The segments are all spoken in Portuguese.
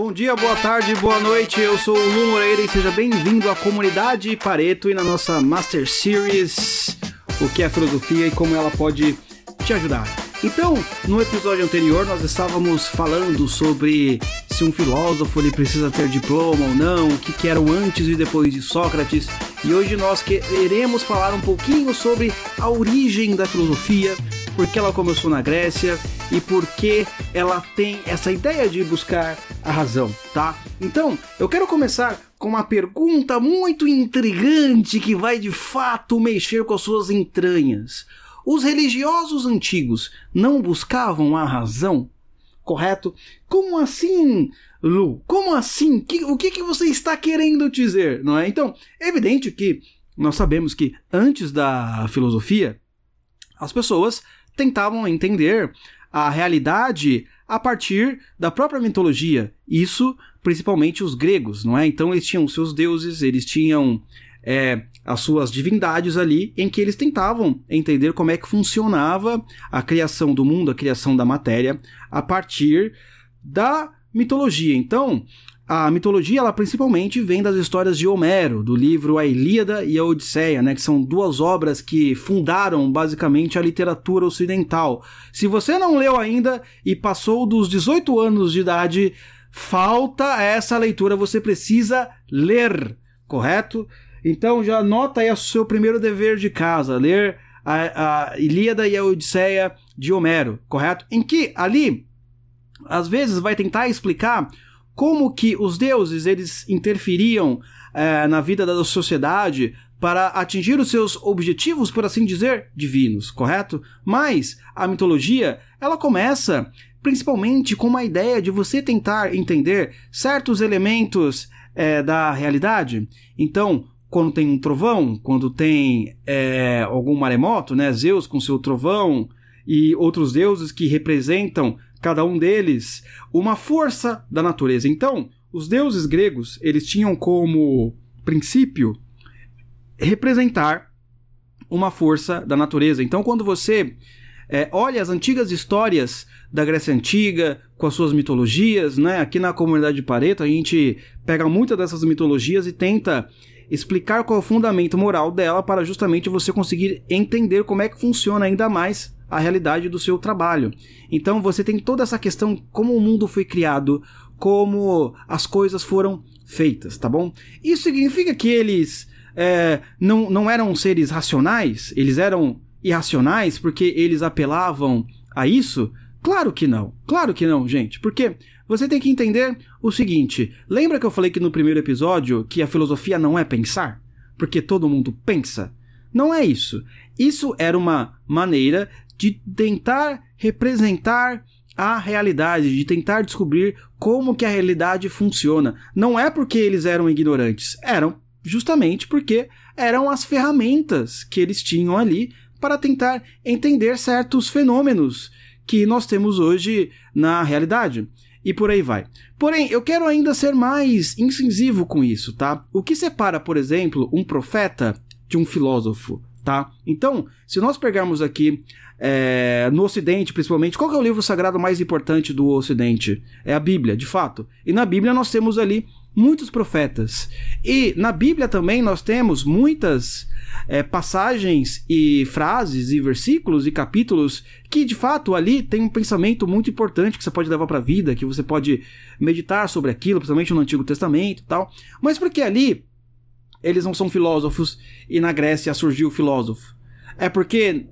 Bom dia, boa tarde, boa noite, eu sou o Lu Moreira e seja bem-vindo à Comunidade Pareto e na nossa Master Series, o que é filosofia e como ela pode te ajudar. Então, no episódio anterior nós estávamos falando sobre se um filósofo ele precisa ter diploma ou não, o que eram antes e depois de Sócrates, e hoje nós queremos falar um pouquinho sobre a origem da filosofia, por que ela começou na Grécia e por que ela tem essa ideia de buscar a razão, tá? Então, eu quero começar com uma pergunta muito intrigante que vai de fato mexer com as suas entranhas. Os religiosos antigos não buscavam a razão? Correto? Como assim, Lu? Como assim? O que você está querendo dizer? Não é? Então, é evidente que nós sabemos que antes da filosofia, as pessoas tentavam entender a realidade a partir da própria mitologia. Isso, principalmente os gregos, não é? Então eles tinham seus deuses, eles tinham as suas divindades ali, em que eles tentavam entender como é que funcionava a criação do mundo, a criação da matéria, a partir da mitologia. Então, a mitologia, ela principalmente vem das histórias de Homero, do livro A Ilíada e a Odisseia, né, que são duas obras que fundaram basicamente a literatura ocidental. Se você não leu ainda e passou dos 18 anos de idade, falta essa leitura, você precisa ler, correto? Então já anota aí o seu primeiro dever de casa, ler a Ilíada e a Odisseia de Homero, correto? Em que ali, às vezes, vai tentar explicar como que os deuses eles interferiam na vida da sociedade para atingir os seus objetivos, por assim dizer, divinos, correto? Mas a mitologia, ela começa principalmente com uma ideia de você tentar entender certos elementos da realidade. Então, quando tem um trovão, quando tem algum maremoto, né, Zeus com seu trovão e outros deuses que representam cada um deles uma força da natureza. Então, os deuses gregos, eles tinham como princípio representar uma força da natureza. Então, quando você olha as antigas histórias da Grécia Antiga, com as suas mitologias, né, aqui na Comunidade de Pareto, a gente pega muitas dessas mitologias e tenta explicar qual é o fundamento moral dela para justamente você conseguir entender como é que funciona ainda mais a realidade do seu trabalho. Então você tem toda essa questão, como o mundo foi criado, como as coisas foram feitas, tá bom? Isso significa que eles não eram seres racionais? Eles eram irracionais porque eles apelavam a isso? Claro que não, gente, porque você tem que entender o seguinte, lembra que eu falei que no primeiro episódio que a filosofia não é pensar? Porque todo mundo pensa? Não é isso. Isso era uma maneira de tentar representar a realidade, de tentar descobrir como que a realidade funciona. Não é porque eles eram ignorantes, eram justamente porque eram as ferramentas que eles tinham ali para tentar entender certos fenômenos que nós temos hoje na realidade. E por aí vai. Porém, eu quero ainda ser mais incisivo com isso, tá? O que separa, por exemplo, um profeta de um filósofo, tá? Então, se nós pegarmos aqui no Ocidente, principalmente, qual que é o livro sagrado mais importante do Ocidente? É a Bíblia, de fato. E na Bíblia nós temos ali muitos profetas. E na Bíblia também nós temos muitas passagens e frases e versículos e capítulos que de fato ali tem um pensamento muito importante que você pode levar para a vida, que você pode meditar sobre aquilo, principalmente no Antigo Testamento e tal. Mas porque ali eles não são filósofos e na Grécia surgiu o filósofo? É porque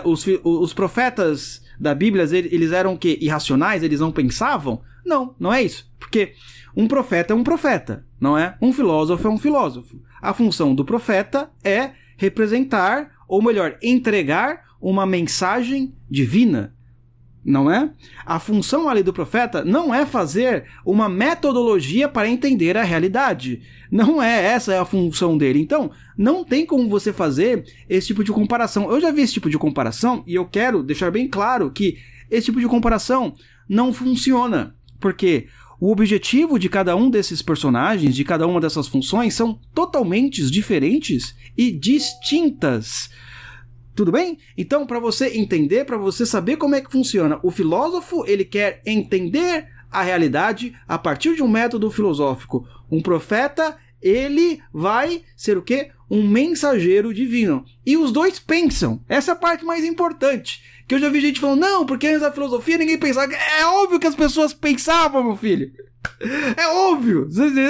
os profetas da Bíblia, eles eram o quê? Irracionais? Eles não pensavam? Não, não é isso. Porque um profeta é um profeta, não é? Um filósofo é um filósofo. A função do profeta é representar, ou melhor, entregar uma mensagem divina, não é? A função ali do profeta não é fazer uma metodologia para entender a realidade. Não é, essa é a função dele. Então, não tem como você fazer esse tipo de comparação. Eu já vi esse tipo de comparação e eu quero deixar bem claro que esse tipo de comparação não funciona. Porque o objetivo de cada um desses personagens, de cada uma dessas funções, são totalmente diferentes e distintas. Tudo bem? Então, para você entender, para você saber como é que funciona, o filósofo, ele quer entender a realidade a partir de um método filosófico. Um profeta, ele vai ser o quê? Um mensageiro divino. E os dois pensam. Essa é a parte mais importante. Que eu já vi gente falando, não, porque antes da filosofia ninguém pensava. É óbvio que as pessoas pensavam, meu filho. É óbvio.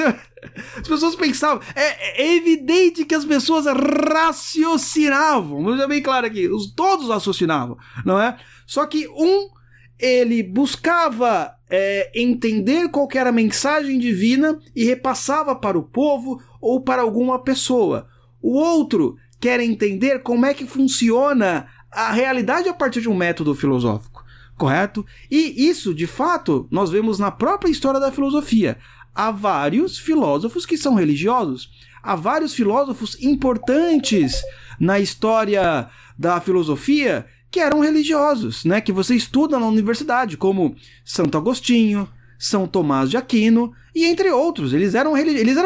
As pessoas pensavam. É evidente que as pessoas raciocinavam. Vamos deixar bem claro aqui. Todos raciocinavam, não é? Só que ele buscava entender qual que era a mensagem divina e repassava para o povo ou para alguma pessoa. O outro quer entender como é que funciona a realidade a partir de um método filosófico, correto? E isso, de fato, nós vemos na própria história da filosofia. Há vários filósofos que são religiosos. Há vários filósofos importantes na história da filosofia que eram religiosos, né? Que você estuda na universidade, como Santo Agostinho, São Tomás de Aquino, e entre outros. Eles eram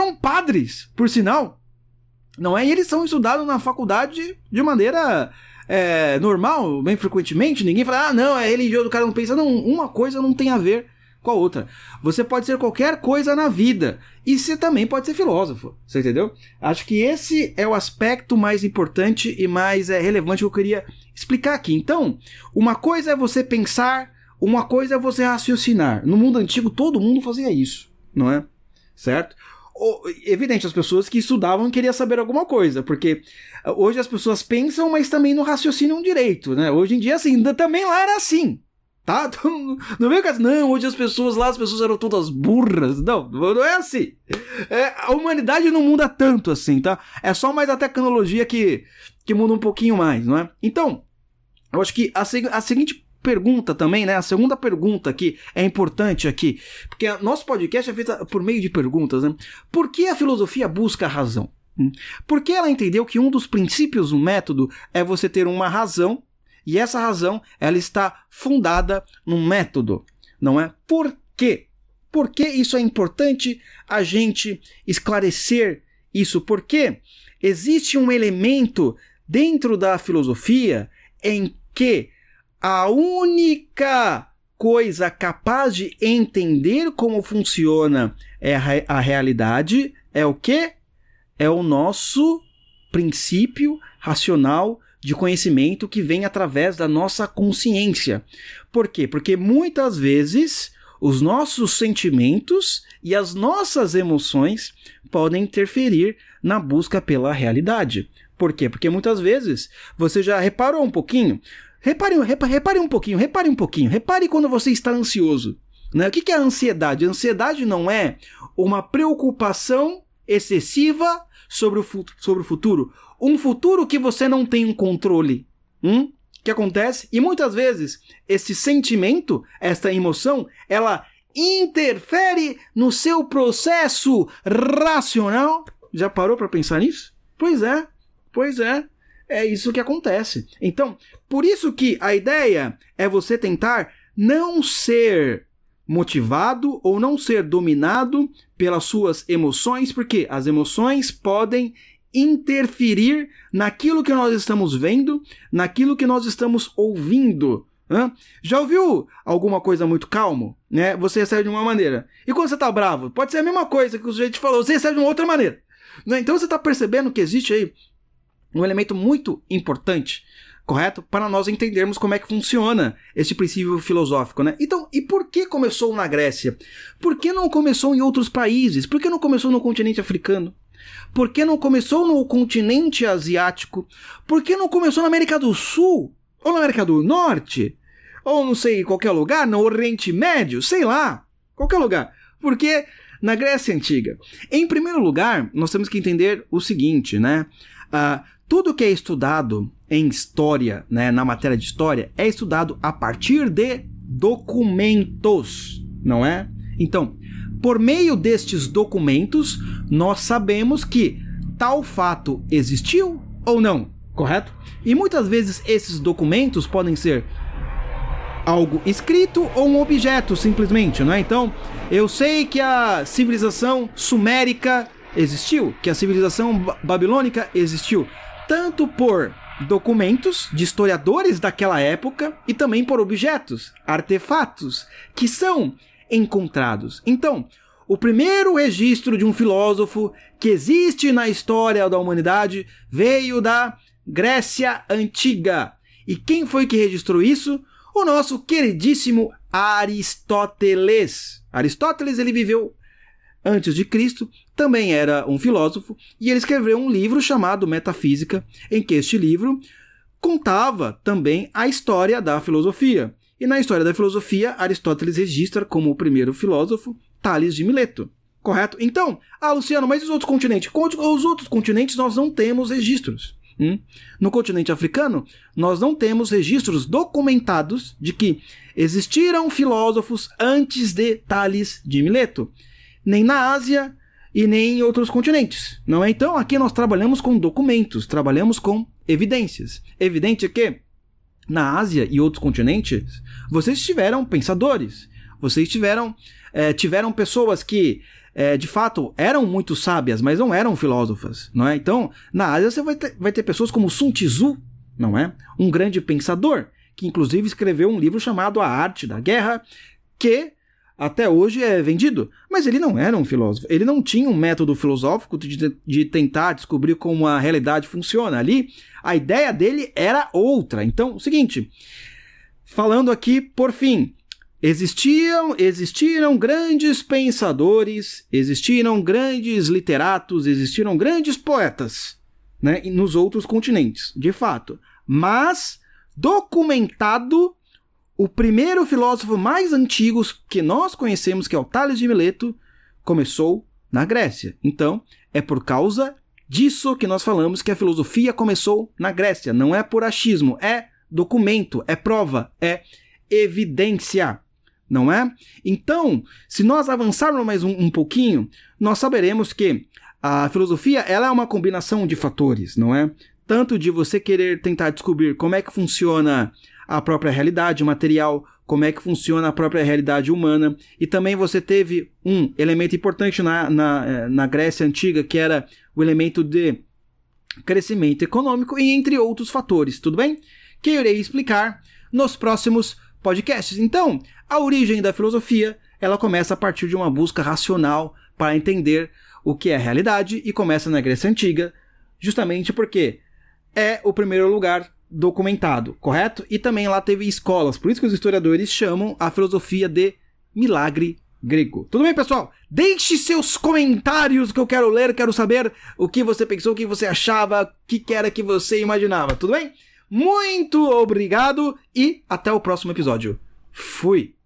padres, por sinal. Não é? E eles são estudados na faculdade de maneira normal, bem frequentemente. Ninguém fala, não, é religioso, o cara não pensa. Não, uma coisa não tem a ver com a outra. Você pode ser qualquer coisa na vida e você também pode ser filósofo, você entendeu? Acho que esse é o aspecto mais importante e mais relevante que eu queria explicar aqui. Então, uma coisa é você pensar, uma coisa é você raciocinar. No mundo antigo todo mundo fazia isso, não é? Certo? Evidente, as pessoas que estudavam queriam saber alguma coisa, porque hoje as pessoas pensam, mas também não raciocinam direito, né? Hoje em dia, assim, também lá era assim, tá? Não veio caso, não, hoje as pessoas eram todas burras. Não é assim. A humanidade não muda tanto assim, tá? É só mais a tecnologia que muda um pouquinho mais, não é? Então, eu acho que a seguinte pergunta também, né? A segunda pergunta que é importante aqui, porque nosso podcast é feito por meio de perguntas, né? Por que a filosofia busca a razão? Porque ela entendeu que um dos princípios do método é você ter uma razão, e essa razão, ela está fundada num método, não é? Por quê? Por que isso é importante a gente esclarecer isso? Porque existe um elemento dentro da filosofia em que a única coisa capaz de entender como funciona a realidade é o quê? É o nosso princípio racional de conhecimento que vem através da nossa consciência. Por quê? Porque muitas vezes os nossos sentimentos e as nossas emoções podem interferir na busca pela realidade. Por quê? Porque muitas vezes você já reparou um pouquinho. Repare um pouquinho. Repare quando você está ansioso, né? O que é a ansiedade? A ansiedade não é uma preocupação excessiva sobre o futuro. Um futuro que você não tem um controle. Que acontece? E muitas vezes esse sentimento, esta emoção, ela interfere no seu processo racional. Já parou para pensar nisso? Pois é. É isso que acontece. Então, por isso que a ideia é você tentar não ser motivado ou não ser dominado pelas suas emoções, porque as emoções podem interferir naquilo que nós estamos vendo, naquilo que nós estamos ouvindo. Já ouviu alguma coisa muito calmo? Né? Você recebe de uma maneira. E quando você está bravo? Pode ser a mesma coisa que o sujeito falou, você recebe de uma outra maneira. Né? Então você está percebendo que existe aí um elemento muito importante, correto? Para nós entendermos como é que funciona esse princípio filosófico, né? Então, e por que começou na Grécia? Por que não começou em outros países? Por que não começou no continente africano? Por que não começou no continente asiático? Por que não começou na América do Sul? Ou na América do Norte? Ou não sei, qualquer lugar? No Oriente Médio? Sei lá, qualquer lugar. Porque na Grécia Antiga, em primeiro lugar, nós temos que entender o seguinte, né? Tudo que é estudado em história, né, na matéria de história, é estudado a partir de documentos, não é? Então, por meio destes documentos, nós sabemos que tal fato existiu ou não, correto? E muitas vezes esses documentos podem ser algo escrito ou um objeto, simplesmente, não é? Então, eu sei que a civilização sumérica existiu, que a civilização babilônica existiu, tanto por documentos de historiadores daquela época e também por objetos, artefatos, que são encontrados. Então, o primeiro registro de um filósofo que existe na história da humanidade veio da Grécia Antiga. E quem foi que registrou isso? O nosso queridíssimo Aristóteles. Aristóteles, ele viveu antes de Cristo, também era um filósofo, e ele escreveu um livro chamado Metafísica, em que este livro contava também a história da filosofia. E na história da filosofia, Aristóteles registra como o primeiro filósofo Tales de Mileto. Correto? Então, Luciano, mas os outros continentes? Os outros continentes nós não temos registros. No continente africano, nós não temos registros documentados de que existiram filósofos antes de Tales de Mileto. Nem na Ásia e nem em outros continentes. Não é? Então, aqui nós trabalhamos com documentos, trabalhamos com evidências. Evidente que na Ásia e outros continentes, vocês tiveram pensadores, vocês tiveram pessoas que, de fato, eram muito sábias, mas não eram filósofas. Não é? Então, na Ásia você vai ter pessoas como Sun Tzu, não é? Um grande pensador, que inclusive escreveu um livro chamado A Arte da Guerra, que até hoje é vendido, mas ele não era um filósofo, ele não tinha um método filosófico de tentar descobrir como a realidade funciona. Ali, a ideia dele era outra. Então, o seguinte, falando aqui, por fim, existiram grandes pensadores, existiram grandes literatos, existiram grandes poetas, né, nos outros continentes, de fato, mas documentado, o primeiro filósofo mais antigo que nós conhecemos, que é o Tales de Mileto, começou na Grécia. Então, é por causa disso que nós falamos que a filosofia começou na Grécia. Não é por achismo, é documento, é prova, é evidência. Não é? Então, se nós avançarmos mais um pouquinho, nós saberemos que a filosofia ela é uma combinação de fatores, não é? Tanto de você querer tentar descobrir como é que funciona a própria realidade material, como é que funciona a própria realidade humana, e também você teve um elemento importante na Grécia Antiga, que era o elemento de crescimento econômico, e entre outros fatores, tudo bem? Que eu irei explicar nos próximos podcasts. Então, a origem da filosofia, ela começa a partir de uma busca racional para entender o que é a realidade, e começa na Grécia Antiga, justamente porque é o primeiro lugar documentado, correto? E também lá teve escolas, por isso que os historiadores chamam a filosofia de milagre grego. Tudo bem, pessoal? Deixe seus comentários que eu quero ler, quero saber o que você pensou, o que você achava, o que era que você imaginava, tudo bem? Muito obrigado e até o próximo episódio. Fui!